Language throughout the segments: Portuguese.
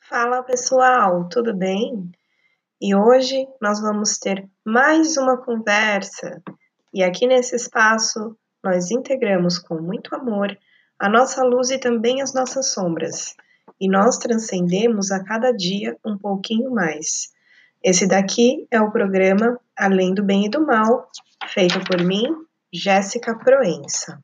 Fala pessoal, tudo bem? E hoje nós vamos ter mais uma conversa. E aqui nesse espaço nós integramos com muito amor a nossa luz e também as nossas sombras. E nós transcendemos a cada dia um pouquinho mais. Esse daqui é o programa Além do Bem e do Mal, feito por mim, Jéssica Proença.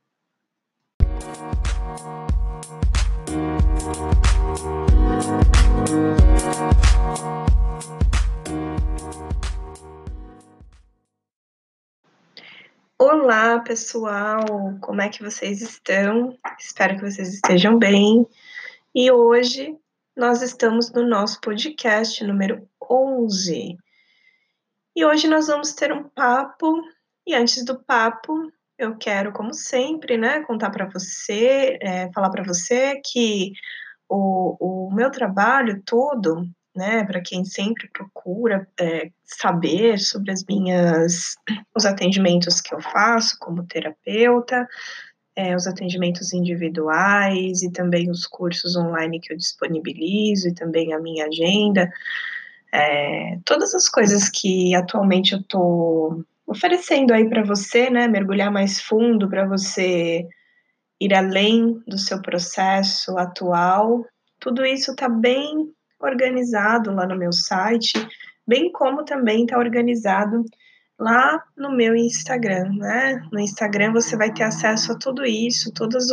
Olá, pessoal! Como é que vocês estão? Espero que vocês estejam bem. E hoje nós estamos no nosso podcast número 11. E hoje nós vamos ter um papo. E antes do papo, eu quero, como sempre, contar para você, falar para você que o meu trabalho todo, para quem sempre procura saber sobre os atendimentos que eu faço como terapeuta, os atendimentos individuais e também os cursos online que eu disponibilizo e também a minha agenda, todas as coisas que atualmente eu estou oferecendo aí para você, mergulhar mais fundo para você ir além do seu processo atual. Tudo isso está bem organizado lá no meu site, bem como também está organizado lá no meu Instagram, No Instagram você vai ter acesso a tudo isso, todos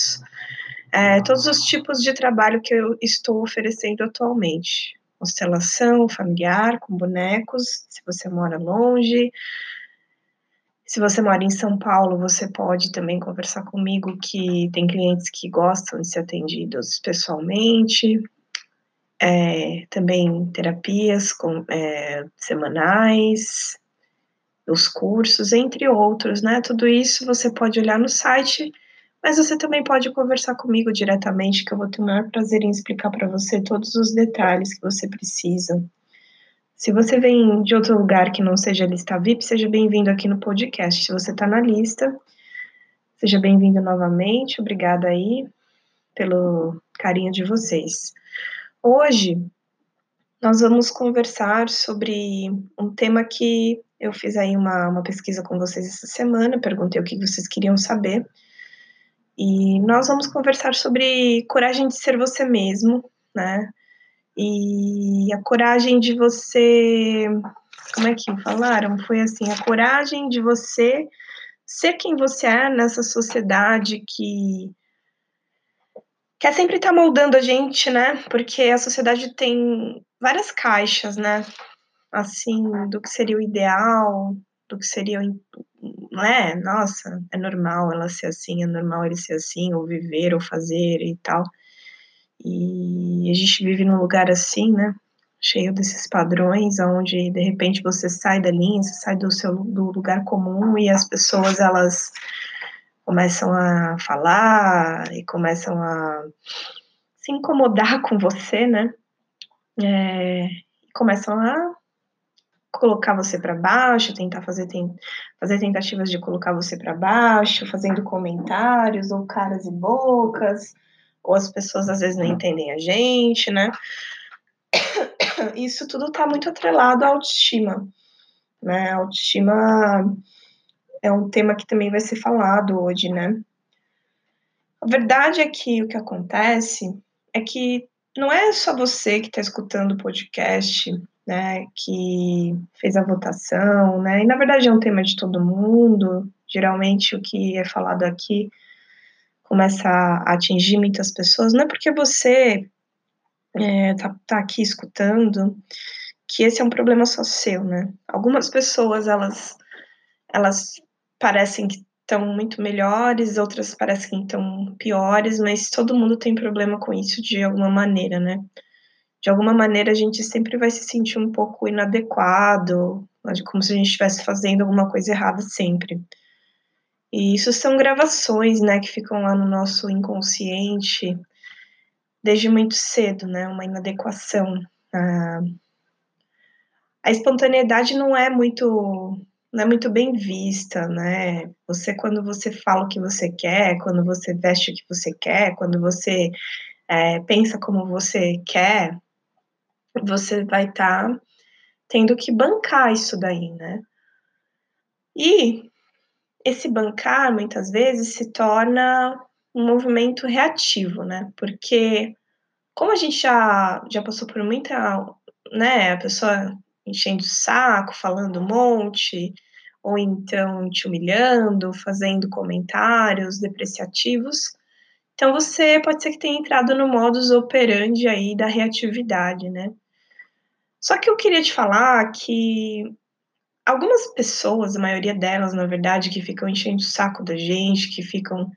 os tipos de trabalho que eu estou oferecendo atualmente. Constelação familiar com bonecos, se você mora longe. Se você mora em São Paulo, você pode também conversar comigo, que tem clientes que gostam de ser atendidos pessoalmente. Também terapias semanais, os cursos, entre outros, Tudo isso você pode olhar no site, mas você também pode conversar comigo diretamente, que eu vou ter o maior prazer em explicar para você todos os detalhes que você precisa. Se você vem de outro lugar que não seja lista VIP, seja bem-vindo aqui no podcast. Se você está na lista, seja bem-vindo novamente. Obrigada aí pelo carinho de vocês. Hoje, nós vamos conversar sobre um tema que eu fiz aí uma pesquisa com vocês essa semana, perguntei o que vocês queriam saber. E nós vamos conversar sobre coragem de ser você mesmo, E a coragem de você, como é que falaram? Foi assim, a coragem de você ser quem você é nessa sociedade que quer sempre estar moldando a gente, Porque a sociedade tem várias caixas, Assim, do que seria o ideal, do que seria não é? Nossa, é normal ela ser assim, é normal ele ser assim, ou viver, ou fazer e tal. E a gente vive num lugar assim, cheio desses padrões, onde de repente você sai da linha, você sai do lugar comum e as pessoas elas começam a falar e começam a se incomodar com você, começam a colocar você para baixo, tentar fazer tentativas de colocar você para baixo, fazendo comentários ou caras e bocas, ou as pessoas às vezes não entendem a gente, Isso tudo está muito atrelado à autoestima, A autoestima é um tema que também vai ser falado hoje, A verdade é que o que acontece é que não é só você que está escutando o podcast, que fez a votação, E na verdade é um tema de todo mundo. Geralmente o que é falado aqui começa a atingir muitas pessoas. Não é porque você tá aqui escutando que esse é um problema só seu, Algumas pessoas, elas parecem que estão muito melhores, outras parecem que estão piores, mas todo mundo tem problema com isso de alguma maneira, De alguma maneira a gente sempre vai se sentir um pouco inadequado, como se a gente estivesse fazendo alguma coisa errada sempre. E isso são gravações, que ficam lá no nosso inconsciente desde muito cedo, uma inadequação. A espontaneidade não é muito bem vista, Você, quando você fala o que você quer, quando você veste o que você quer, quando você pensa como você quer, você vai estar tendo que bancar isso daí, né. E esse bancar, muitas vezes, se torna um movimento reativo, né, porque como a gente já passou por muita, né, a pessoa enchendo o saco, falando um monte, ou então te humilhando, fazendo comentários depreciativos, então você pode ser que tenha entrado no modus operandi aí da reatividade, né. Só que eu queria te falar que algumas pessoas, a maioria delas, na verdade, que ficam enchendo o saco da gente, que ficam,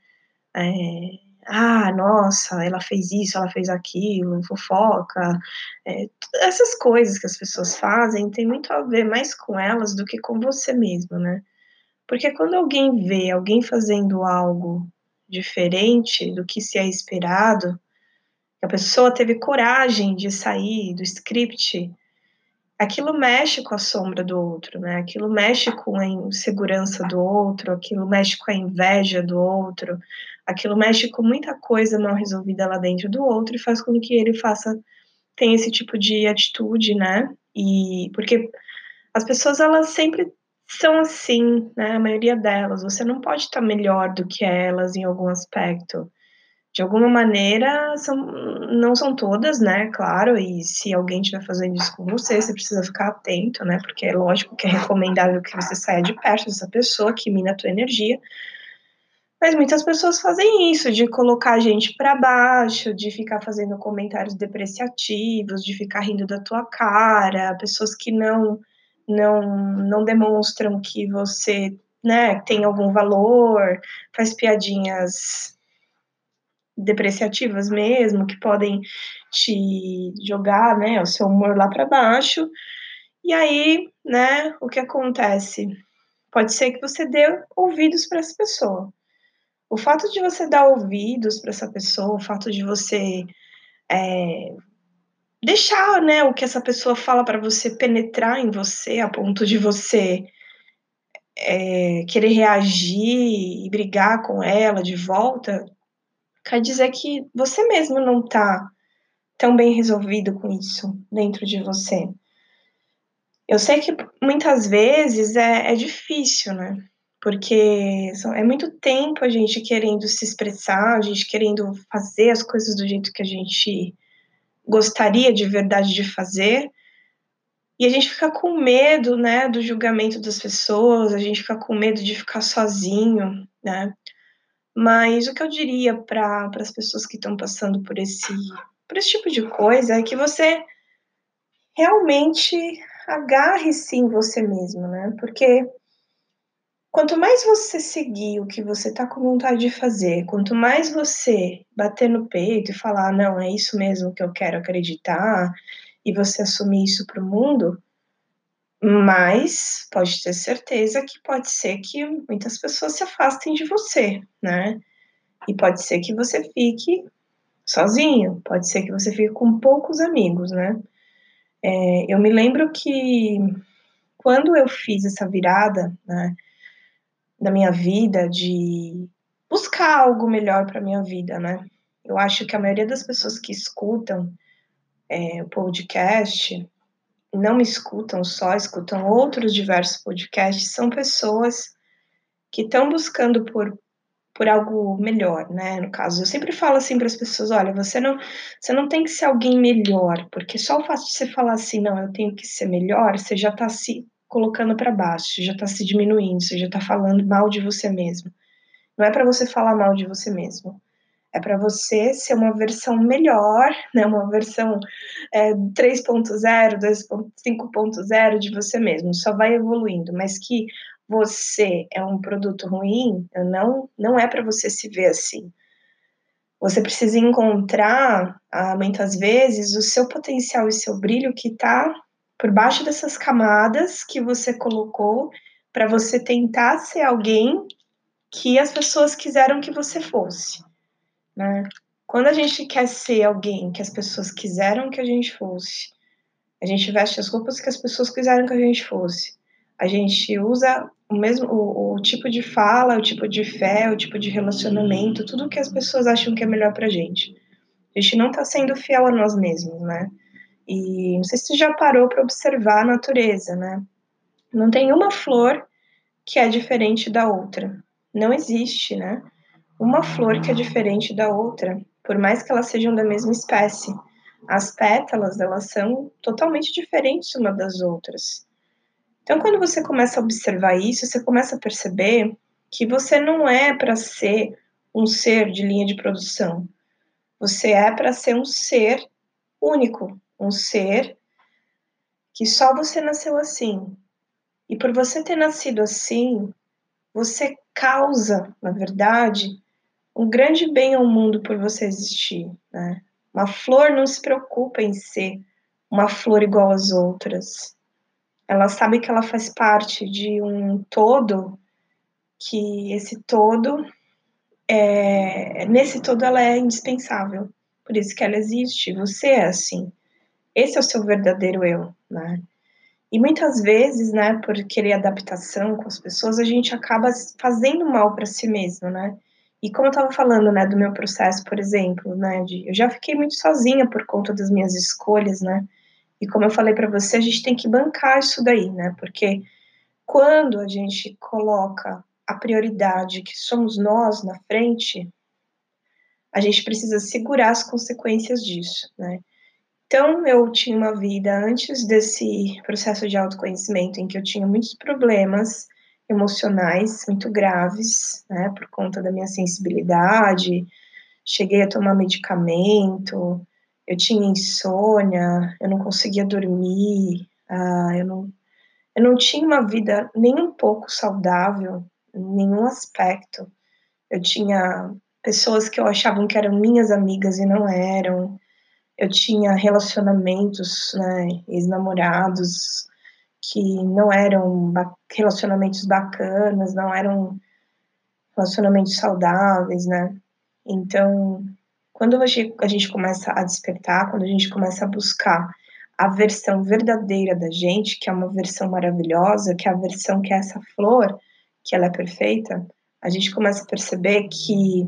"Ah, nossa, ela fez isso, ela fez aquilo", fofoca, essas coisas que as pessoas fazem tem muito a ver mais com elas do que com você mesmo, né. Porque quando alguém vê alguém fazendo algo diferente do que se é esperado, que a pessoa teve coragem de sair do script, aquilo mexe com a sombra do outro, né, aquilo mexe com a insegurança do outro, aquilo mexe com a inveja do outro, aquilo mexe com muita coisa mal resolvida lá dentro do outro e faz com que ele tenha esse tipo de atitude, né, e porque as pessoas elas sempre são assim, né, a maioria delas, você não pode estar melhor do que elas em algum aspecto. De alguma maneira, não são todas, né, claro, e se alguém estiver fazendo isso com você, você precisa ficar atento, né, porque é lógico que é recomendável que você saia de perto dessa pessoa que mina a tua energia, mas muitas pessoas fazem isso, de colocar a gente para baixo, de ficar fazendo comentários depreciativos, de ficar rindo da tua cara, pessoas que não demonstram que você, né, tem algum valor, faz piadinhas depreciativas mesmo, que podem te jogar, né, o seu humor lá para baixo. E aí, né, o que acontece? Pode ser que você dê ouvidos para essa pessoa. O fato de você dar ouvidos para essa pessoa, o fato de você, deixar, né, o que essa pessoa fala para você penetrar em você, a ponto de você, querer reagir e brigar com ela de volta, quer dizer que você mesmo não tá tão bem resolvido com isso dentro de você. Eu sei que muitas vezes é difícil, né, porque é muito tempo a gente querendo se expressar, a gente querendo fazer as coisas do jeito que a gente gostaria de verdade de fazer, e a gente fica com medo, né, do julgamento das pessoas, a gente fica com medo de ficar sozinho, né. Mas o que eu diria para as pessoas que estão passando por esse tipo de coisa é que você realmente agarre sim você mesmo, né, porque quanto mais você seguir o que você tá com vontade de fazer, quanto mais você bater no peito e falar: "Não, é isso mesmo que eu quero acreditar", e você assumir isso para o mundo, mais pode ter certeza que pode ser que muitas pessoas se afastem de você, né, e pode ser que você fique sozinho, pode ser que você fique com poucos amigos, né. Eu me lembro que quando eu fiz essa virada, né, da minha vida, de buscar algo melhor para minha vida, né. Eu acho que a maioria das pessoas que escutam, o podcast, não me escutam só, escutam outros diversos podcasts, são pessoas que estão buscando por algo melhor, né, no caso. Eu sempre falo assim para as pessoas: "Olha, você não tem que ser alguém melhor, porque só o fato de você falar assim: 'Não, eu tenho que ser melhor', você já está se colocando para baixo, você já está se diminuindo, você já está falando mal de você mesmo". Não é para você falar mal de você mesmo, é para você ser uma versão melhor, né, uma versão, 3.0, 2.5.0 de você mesmo, só vai evoluindo, mas que você é um produto ruim, não é para você se ver assim. Você precisa encontrar, muitas vezes, o seu potencial e seu brilho que está por baixo dessas camadas que você colocou, para você tentar ser alguém que as pessoas quiseram que você fosse, né. Quando a gente quer ser alguém que as pessoas quiseram que a gente fosse, a gente veste as roupas que as pessoas quiseram que a gente fosse, a gente usa o tipo de fala, o tipo de fé, o tipo de relacionamento, tudo que as pessoas acham que é melhor pra gente. A gente não tá sendo fiel a nós mesmos, né. E não sei se você já parou para observar a natureza, né? Não tem uma flor que é diferente da outra. Não existe, né? Uma flor que é diferente da outra, por mais que elas sejam da mesma espécie. As pétalas, elas são totalmente diferentes uma das outras. Então, quando você começa a observar isso, você começa a perceber que você não é para ser um ser de linha de produção. Você é para ser um ser único, um ser que só você nasceu assim. E por você ter nascido assim, você causa, na verdade, um grande bem ao mundo por você existir, né? Uma flor não se preocupa em ser uma flor igual às outras. Ela sabe que ela faz parte de um todo, que esse todo, nesse todo ela é indispensável. Por isso que ela existe. Você é assim. Esse é o seu verdadeiro eu, né? E muitas vezes, né, por querer adaptação com as pessoas, a gente acaba fazendo mal para si mesmo, né? E como eu estava falando, né, do meu processo, por exemplo, né, eu já fiquei muito sozinha por conta das minhas escolhas, né? E como eu falei para você, a gente tem que bancar isso daí, né? Porque quando a gente coloca a prioridade que somos nós na frente, a gente precisa segurar as consequências disso, né? Então, eu tinha uma vida antes desse processo de autoconhecimento, em que eu tinha muitos problemas emocionais muito graves, né, por conta da minha sensibilidade. Cheguei a tomar medicamento, eu tinha insônia, eu não conseguia dormir, eu não tinha uma vida nem um pouco saudável, em nenhum aspecto. Eu tinha pessoas que eu achavam que eram minhas amigas e não eram. Eu tinha relacionamentos, né, ex-namorados que não eram relacionamentos bacanas, não eram relacionamentos saudáveis, né? Então, quando a gente começa a despertar, quando a gente começa a buscar a versão verdadeira da gente, que é uma versão maravilhosa, que é a versão que é essa flor, que ela é perfeita, a gente começa a perceber que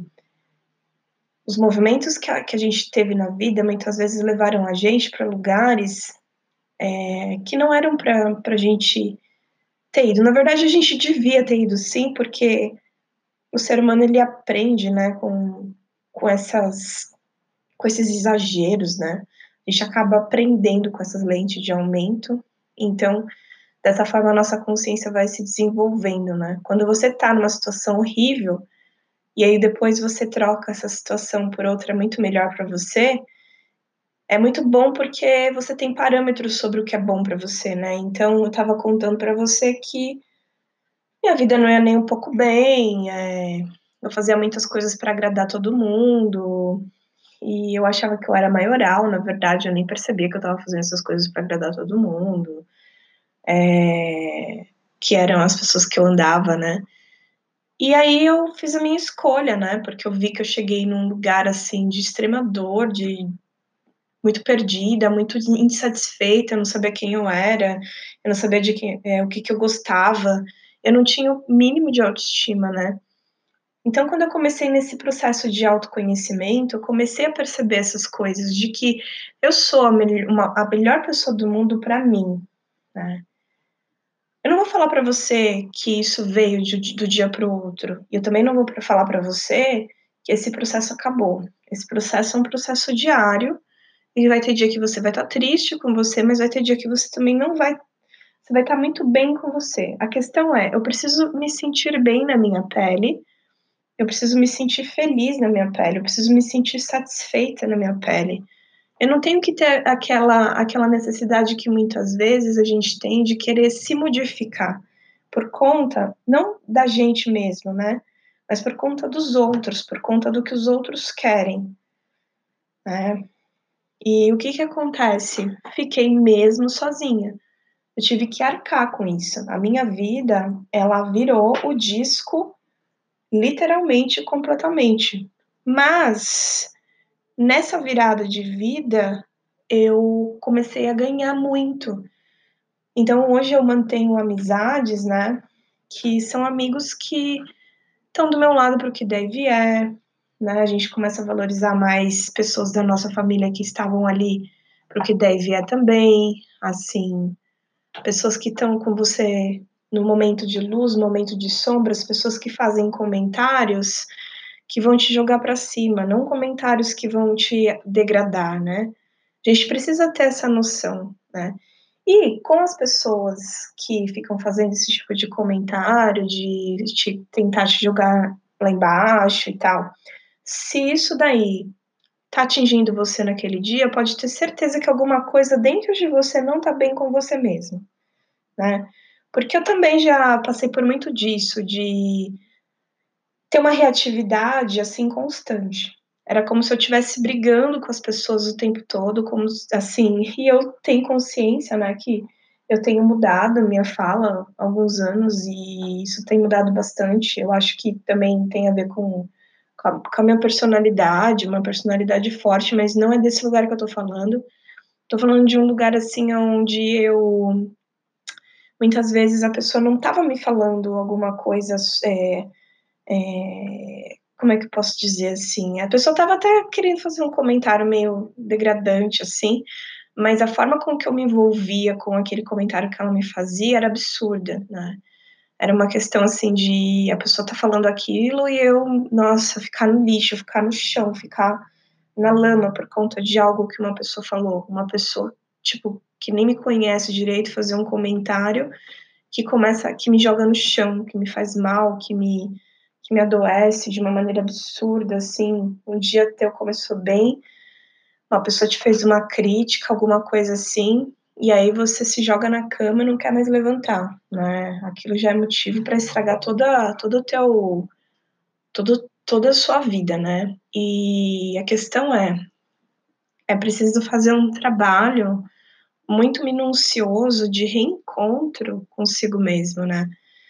os movimentos que a gente teve na vida muitas vezes levaram a gente para lugares que não eram para a gente ter ido. Na verdade, a gente devia ter ido sim, porque o ser humano ele aprende, né, com com esses exageros, né? A gente acaba aprendendo com essas lentes de aumento. Então, dessa forma, a nossa consciência vai se desenvolvendo, né? Quando você está numa situação horrível e aí depois você troca essa situação por outra muito melhor para você, é muito bom porque você tem parâmetros sobre o que é bom para você, né? Então, eu estava contando para você que minha vida não ia nem um pouco bem, eu fazia muitas coisas para agradar todo mundo, e eu achava que eu era maioral, na verdade, eu nem percebia que eu estava fazendo essas coisas para agradar todo mundo, que eram as pessoas que eu andava, né? E aí eu fiz a minha escolha, né? Porque eu vi que eu cheguei num lugar assim de extrema dor, de muito perdida, muito insatisfeita, eu não sabia quem eu era, eu não sabia o que eu gostava, eu não tinha o mínimo de autoestima, né? Então, quando eu comecei nesse processo de autoconhecimento, eu comecei a perceber essas coisas, de que eu sou a melhor pessoa do mundo para mim, né? Eu não vou falar para você que isso veio do dia para o outro, e eu também não vou falar para você que esse processo acabou. Esse processo é um processo diário, e vai ter dia que você vai estar triste com você, mas vai ter dia que você também não vai. Você vai estar muito bem com você. A questão é, eu preciso me sentir bem na minha pele, eu preciso me sentir feliz na minha pele, eu preciso me sentir satisfeita na minha pele. Eu não tenho que ter aquela necessidade que muitas vezes a gente tem de querer se modificar por conta, não da gente mesmo, né? Mas por conta dos outros, por conta do que os outros querem, né? E o que que acontece? Fiquei mesmo sozinha. Eu tive que arcar com isso. A minha vida, ela virou o disco literalmente completamente. Mas nessa virada de vida, eu comecei a ganhar muito. Então hoje eu mantenho amizades, né, que são amigos que estão do meu lado para o que der e vier, né? A gente começa a valorizar mais pessoas da nossa família que estavam ali para o que deve é também, assim, pessoas que estão com você no momento de luz, no momento de sombras, pessoas que fazem comentários que vão te jogar para cima, não comentários que vão te degradar, né. A gente precisa ter essa noção, né. E com as pessoas que ficam fazendo esse tipo de comentário, de tentar te jogar lá embaixo e tal, se isso daí tá atingindo você naquele dia, pode ter certeza que alguma coisa dentro de você não tá bem com você mesmo, né. Porque eu também já passei por muito disso, de ter uma reatividade, assim, constante. Era como se eu estivesse brigando com as pessoas o tempo todo, como s assim, e eu tenho consciência, né, que eu tenho mudado a minha fala há alguns anos e isso tem mudado bastante. Eu acho que também tem a ver com a minha personalidade, uma personalidade forte, mas não é desse lugar que eu tô falando. Tô falando de um lugar, assim, aonde eu muitas vezes a pessoa não estava me falando alguma coisa como é que eu posso dizer, assim, a pessoa estava até querendo fazer um comentário meio degradante, assim, mas a forma com que eu me envolvia com aquele comentário que ela me fazia era absurda, né. Era uma questão, assim, de a pessoa tá falando aquilo e eu, nossa, ficar no lixo, ficar no chão, ficar na lama por conta de algo que uma pessoa falou. Uma pessoa, tipo, que nem me conhece direito, fazer um comentário que me joga no chão, que me faz mal, que me adoece de uma maneira absurda, assim. Um dia teu começou bem, uma pessoa te fez uma crítica, alguma coisa assim, e aí você se joga na cama e não quer mais levantar, né. Aquilo já é motivo para estragar todo o teu toda a sua vida, né. E a questão é preciso fazer um trabalho muito minucioso de reencontro consigo mesmo, né.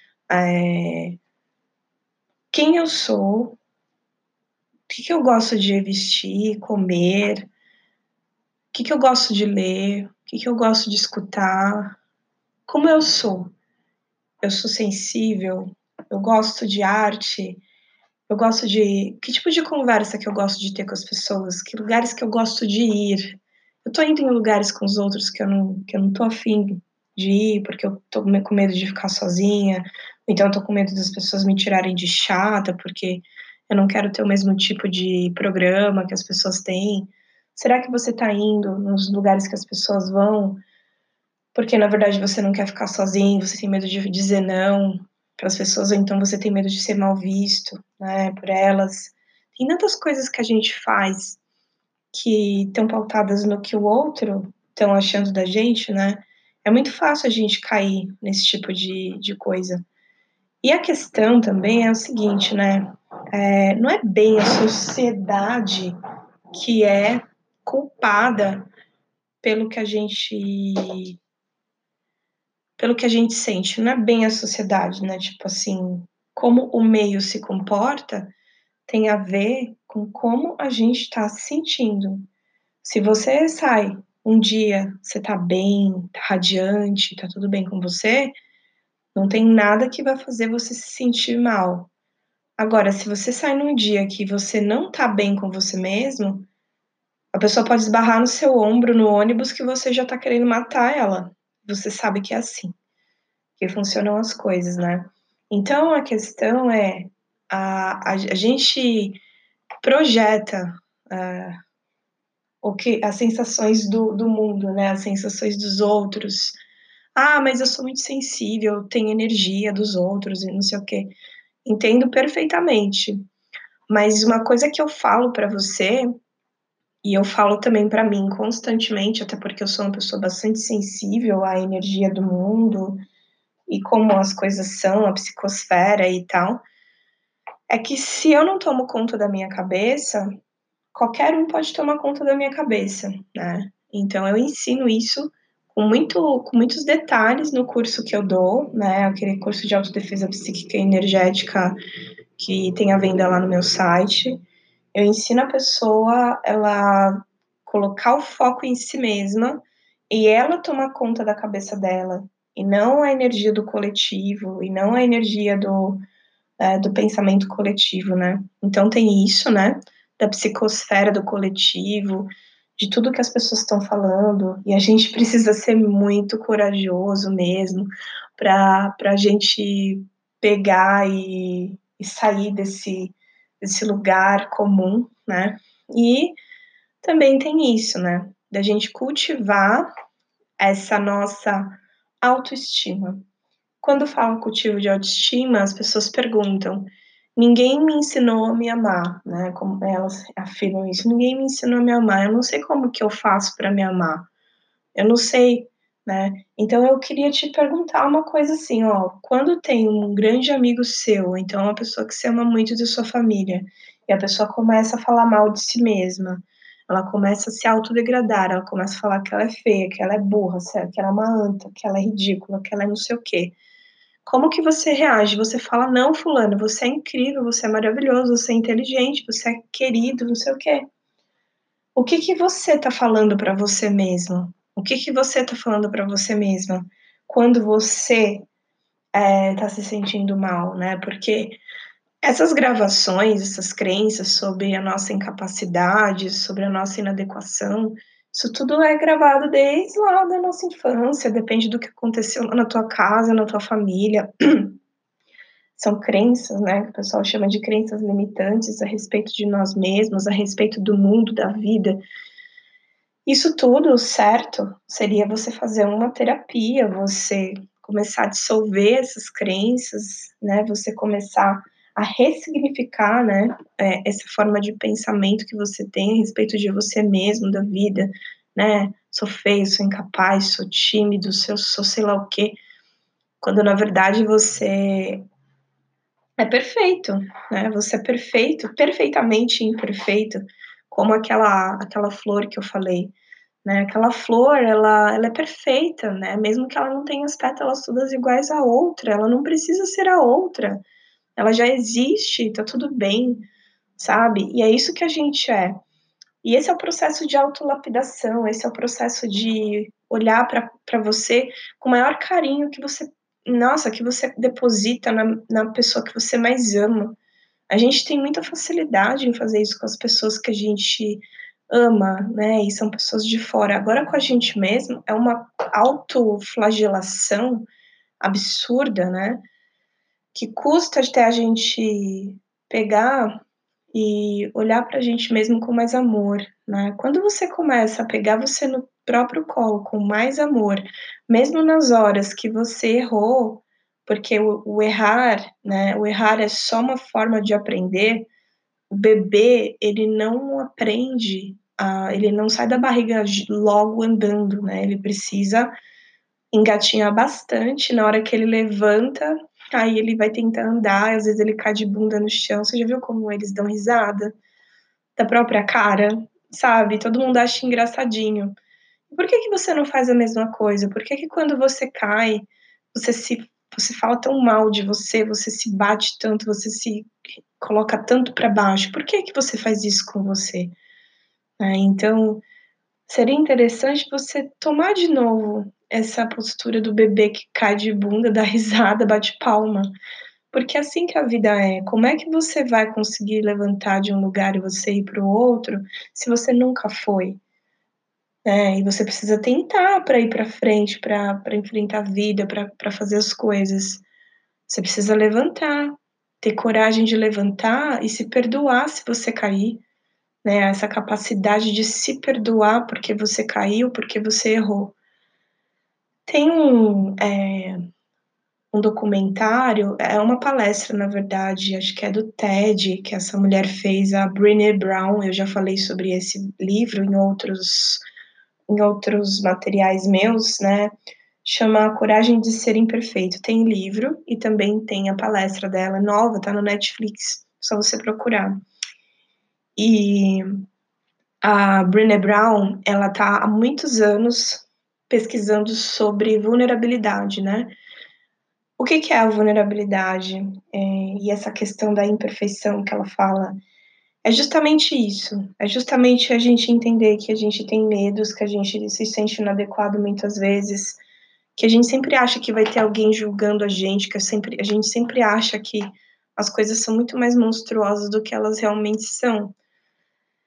Eh, quem eu sou, o que eu gosto de vestir, comer, o que eu gosto de ler, o que eu gosto de escutar, como eu sou. Eu sou sensível, eu gosto de arte, eu gosto de que tipo de conversa que eu gosto de ter com as pessoas, que lugares que eu gosto de ir. Eu tô indo em lugares com os outros que eu não tô afim de ir, porque eu tô com medo de ficar sozinha, ou então eu tô com medo das pessoas me tirarem de chata, porque eu não quero ter o mesmo tipo de programa que as pessoas têm. Será que você tá indo nos lugares que as pessoas vão, porque na verdade você não quer ficar sozinho, você tem medo de dizer não para as pessoas, ou então você tem medo de ser mal visto, né, por elas. Tem tantas coisas que a gente faz que estão pautadas no que o outro estão achando da gente, né. É muito fácil a gente cair nesse tipo de coisa. E a questão também é o seguinte, né, não é bem a sociedade que é culpada pelo que a gente pelo que a gente sente, não é bem a sociedade, né, tipo assim, como o meio se comporta tem a ver com como a gente tá se sentindo. Se você sai um dia, você tá bem, tá radiante, tá tudo bem com você, não tem nada que vai fazer você se sentir mal. Agora, se você sai num dia que você não tá bem com você mesmo, a pessoa pode esbarrar no seu ombro no ônibus que você já tá querendo matar ela. Você sabe que é assim que funcionam as coisas, né. Então a questão é, a gente projeta, eh, o que as sensações do mundo, né, as sensações dos outros. "Ah, mas eu sou muito sensível, eu tenho energia dos outros e não sei o quê". Entendo perfeitamente, mas uma coisa que eu falo pra você, e eu falo também pra mim constantemente, até porque eu sou uma pessoa bastante sensível à energia do mundo e como as coisas são, a psicosfera e tal, é que se eu não tomo conta da minha cabeça, qualquer um pode tomar conta da minha cabeça, né. Então eu ensino isso com muitos detalhes no curso que eu dou, né, aquele curso de autodefesa psíquica e energética que tem à venda lá no meu site. Eu ensino a pessoa, ela colocar o foco em si mesma e ela tomar conta da cabeça dela, e não a energia do coletivo, e não a energia do pensamento coletivo, né. Então tem isso, né, da psicosfera do coletivo, de tudo que as pessoas estão falando, e a gente precisa ser muito corajoso mesmo para a gente pegar e sair desse lugar comum, né? E também tem isso, né? Da gente cultivar essa nossa autoestima. Quando falam cultivo de autoestima, as pessoas perguntam: "Ninguém me ensinou a me amar", né, como elas afirmam isso: "Ninguém me ensinou a me amar, eu não sei como que eu faço para me amar, eu não sei", né. Então eu queria te perguntar uma coisa assim, ó, quando tem um grande amigo seu, ou então uma pessoa que você ama muito da sua família, e a pessoa começa a falar mal de si mesma, ela começa a se autodegradar, ela começa a falar que ela é feia, que ela é burra, que ela é uma anta, que ela é ridícula, que ela é não sei o quê. Como que você reage? Você fala: "Não, fulano, você é incrível, você é maravilhoso, você é inteligente, você é querido, não sei o quê". O que que você tá falando pra você mesmo? O que que você tá falando pra você mesma quando você, tá se sentindo mal, né, porque essas gravações, essas crenças sobre a nossa incapacidade, sobre a nossa inadequação, isso tudo é gravado desde lá da nossa infância, depende do que aconteceu lá na tua casa, na tua família. São crenças, né, que o pessoal chama de crenças limitantes a respeito de nós mesmos, a respeito do mundo, da vida. Isso tudo, certo, seria você fazer uma terapia, você começar a dissolver essas crenças, né, você começar a ressignificar, né, essa forma de pensamento que você tem a respeito de você mesmo, da vida, né, "Sou feio, sou incapaz, sou tímido, sou sei lá o quê", quando na verdade você é perfeito, né, você é perfeito, perfeitamente imperfeito, como aquela flor que eu falei, né, aquela flor ela é perfeita, né, mesmo que ela não tenha as pétalas todas iguais à outra, ela não precisa ser a outra, ela já existe, tá tudo bem, sabe, e é isso que a gente é. E esse é o processo de autolapidação, esse é o processo de olhar pra você com o maior carinho que você nossa, que você deposita na pessoa que você mais ama. A gente tem muita facilidade em fazer isso com as pessoas que a gente ama, né, e são pessoas de fora. Agora com a gente mesmo, é uma autoflagelação absurda, né, que custa até a gente pegar e olhar pra gente mesmo com mais amor, né. Quando você começa a pegar você no próprio colo com mais amor, mesmo nas horas que você errou, porque o errar, né, o errar é só uma forma de aprender, o bebê, ele não aprende ele não sai da barriga logo andando, né, ele precisa engatinhar bastante, na hora que ele levanta, aí ele vai tentar andar, às vezes ele cai de bunda no chão. Você já viu como eles dão risada da própria cara, sabe, todo mundo acha engraçadinho. Por que que você não faz a mesma coisa? Por que que quando você cai, você se você fala tão mal de você, você se bate tanto, você se coloca tanto pra baixo, por que que você faz isso com você? Então, seria interessante você tomar de novo essa postura do bebê que cai de bunda, dá risada, bate palma, porque é assim que a vida é. Como é que você vai conseguir levantar de um lugar e você ir para o outro, se você nunca foi, né, e você precisa tentar para ir para frente, para enfrentar a vida, para fazer as coisas. Você precisa levantar, ter coragem de levantar e se perdoar se você cair, né, essa capacidade de se perdoar porque você caiu, porque você errou. Tem um documentário, é uma palestra na verdade, acho que é do TED, que essa mulher fez, a Brené Brown, eu já falei sobre esse livro em outros materiais meus, né, chama A Coragem de Ser Imperfeito. Tem o livro e também tem a palestra dela, é nova, tá no Netflix, só você procurar. E a Brené Brown, ela tá há muitos anos pesquisando sobre vulnerabilidade, né. O que que é a vulnerabilidade? E essa questão da imperfeição que ela fala, é justamente isso, é justamente a gente entender que a gente tem medos, que a gente se sente inadequado muitas vezes, que a gente sempre acha que vai ter alguém julgando a gente, que a gente sempre acha que as coisas são muito mais monstruosas do que elas realmente são.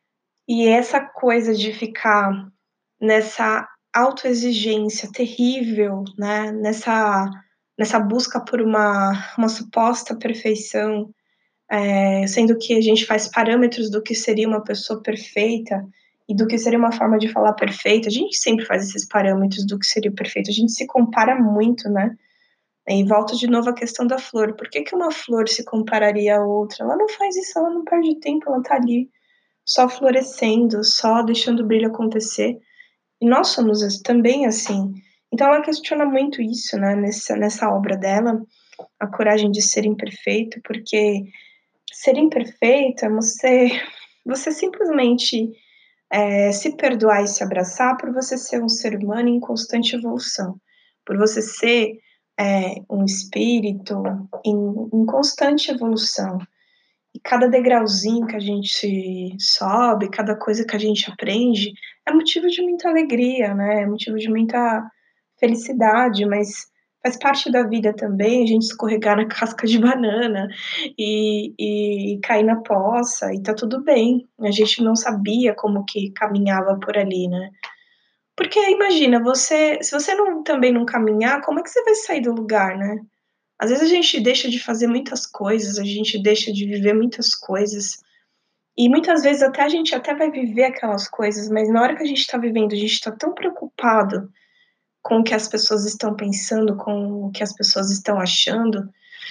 E essa coisa de ficar nessa autoexigência terrível, né, nessa busca por uma suposta perfeição, sendo que a gente faz parâmetros do que seria uma pessoa perfeita e do que seria uma forma de falar perfeita. A gente sempre faz esses parâmetros do que seria perfeito, a gente se compara muito, né. E volta de novo à questão da flor, por que que uma flor se compararia a outra? Ela não faz isso, ela não perde tempo, ela tá ali só florescendo, só deixando o brilho acontecer. E nós somos também assim. Então ela questiona muito isso, né, nessa obra dela, a coragem de ser imperfeito, porque ser imperfeito é você simplesmente, se perdoar e se abraçar por você ser um ser humano em constante evolução, por você ser, um espírito em constante evolução. E cada degrauzinho que a gente sobe, cada coisa que a gente aprende, é motivo de muita alegria, né, é motivo de muita felicidade, mas faz parte da vida também a gente escorregar na casca de banana e cair na poça, e tá tudo bem. A gente não sabia como que caminhava por ali, né. Porque imagina, se você não também não caminhar, como é que você vai sair do lugar, né? Às vezes a gente deixa de fazer muitas coisas, a gente deixa de viver muitas coisas, e muitas vezes até a gente até vai viver aquelas coisas, mas na hora que a gente tá vivendo, a gente tá tão preocupado com o que as pessoas estão pensando, com o que as pessoas estão achando,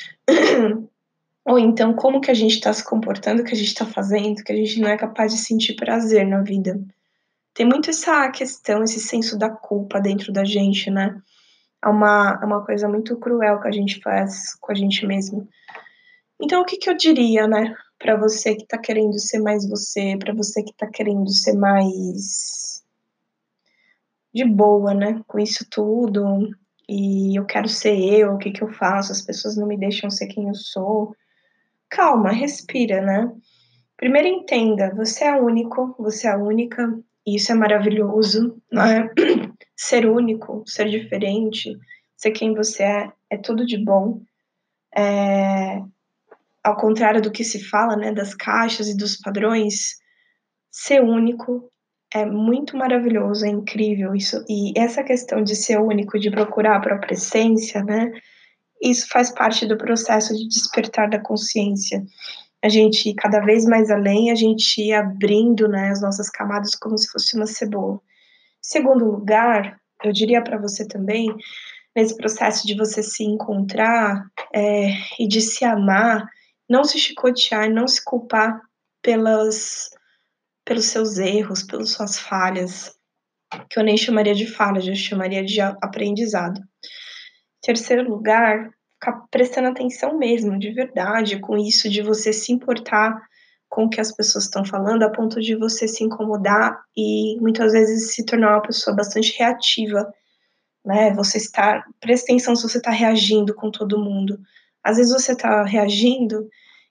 ou então como que a gente tá se comportando, o que a gente tá fazendo, que a gente não é capaz de sentir prazer na vida. Tem muito essa questão, esse senso da culpa dentro da gente, né. É uma coisa muito cruel que a gente faz com a gente mesmo. Então o que que eu diria, né, pra você que tá querendo ser mais você, pra você que tá querendo ser mais de boa, né, com isso tudo, e eu quero ser eu, o que que eu faço, as pessoas não me deixam ser quem eu sou. Calma, respira, né. Primeiro entenda, você é único, você é única, e isso é maravilhoso, né. Ser único, ser diferente, ser quem você é tudo de bom. Ao contrário do que se fala, né, das caixas e dos padrões, ser único é muito maravilhoso, é incrível isso. E essa questão de ser único, de procurar a própria essência, né, isso faz parte do processo de despertar da consciência. A gente ir cada vez mais além, a gente ir abrindo, né, as nossas camadas como se fosse uma cebola. Segundo lugar, eu diria para você também, nesse processo de você se encontrar, e de se amar, não se chicotear, não se culpar pelas pelos seus erros, pelas suas falhas, que eu nem chamaria de falhas, eu chamaria de aprendizado. Terceiro lugar, ficar prestando atenção mesmo, de verdade, com isso de você se importar com o que as pessoas estão falando, a ponto de você se incomodar e muitas vezes se tornar uma pessoa bastante reativa, né, você está presta atenção se você está reagindo com todo mundo. Às vezes você está reagindo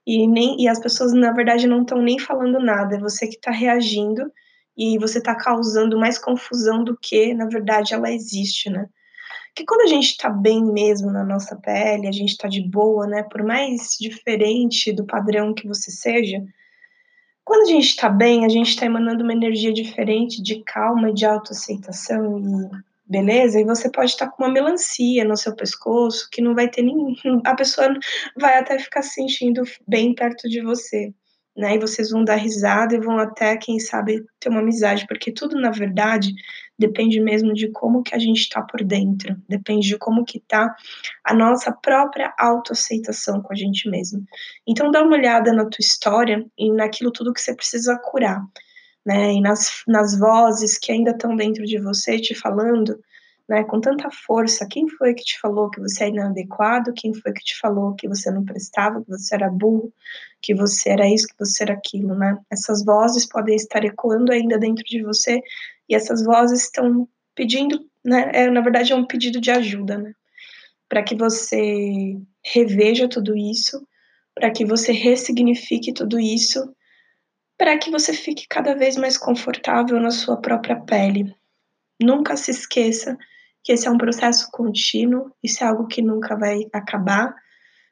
e as pessoas na verdade não estão nem falando nada, é você que está reagindo e você está causando mais confusão do que na verdade ela existe, né. Porque quando a gente está bem mesmo na nossa pele, a gente está de boa, né, por mais diferente do padrão que você seja, quando a gente está bem, a gente está emanando uma energia diferente de calma, de autoaceitação e beleza, e você pode estar com uma melancia no seu pescoço que não vai ter nem a pessoa vai até ficar se sentindo bem perto de você, né, e vocês vão dar risada e vão até, quem sabe, ter uma amizade, porque tudo na verdade depende mesmo de como que a gente está por dentro, depende de como que tá a nossa própria autoaceitação com a gente mesmo. Então dá uma olhada na tua história e naquilo tudo que você precisa curar, né, e nas vozes que ainda estão dentro de você te falando, né, com tanta força, quem foi que te falou que você é inadequado, quem foi que te falou que você não prestava, que você era burro, que você era isso, que você era aquilo, né. Essas vozes podem estar ecoando ainda dentro de você, e essas vozes estão pedindo, né, na verdade é um pedido de ajuda, né, para que você reveja tudo isso, para que você ressignifique tudo isso, para que você fique cada vez mais confortável na sua própria pele. Nunca se esqueça que esse é um processo contínuo, isso é algo que nunca vai acabar,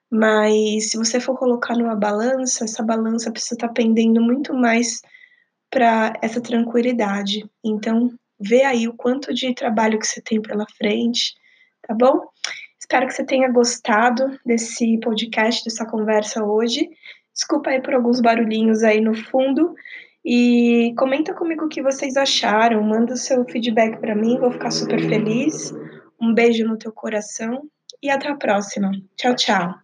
mas se você for colocar numa balança, essa balança precisa estar pendendo muito mais para essa tranquilidade. Então, vê aí o quanto de trabalho que você tem pela frente, tá bom? Espero que você tenha gostado desse podcast, dessa conversa hoje. Desculpa aí por alguns barulhinhos aí no fundo. E comenta comigo o que vocês acharam, manda o seu feedback para mim, vou ficar super feliz. Um beijo no teu coração e até a próxima. Tchau, tchau.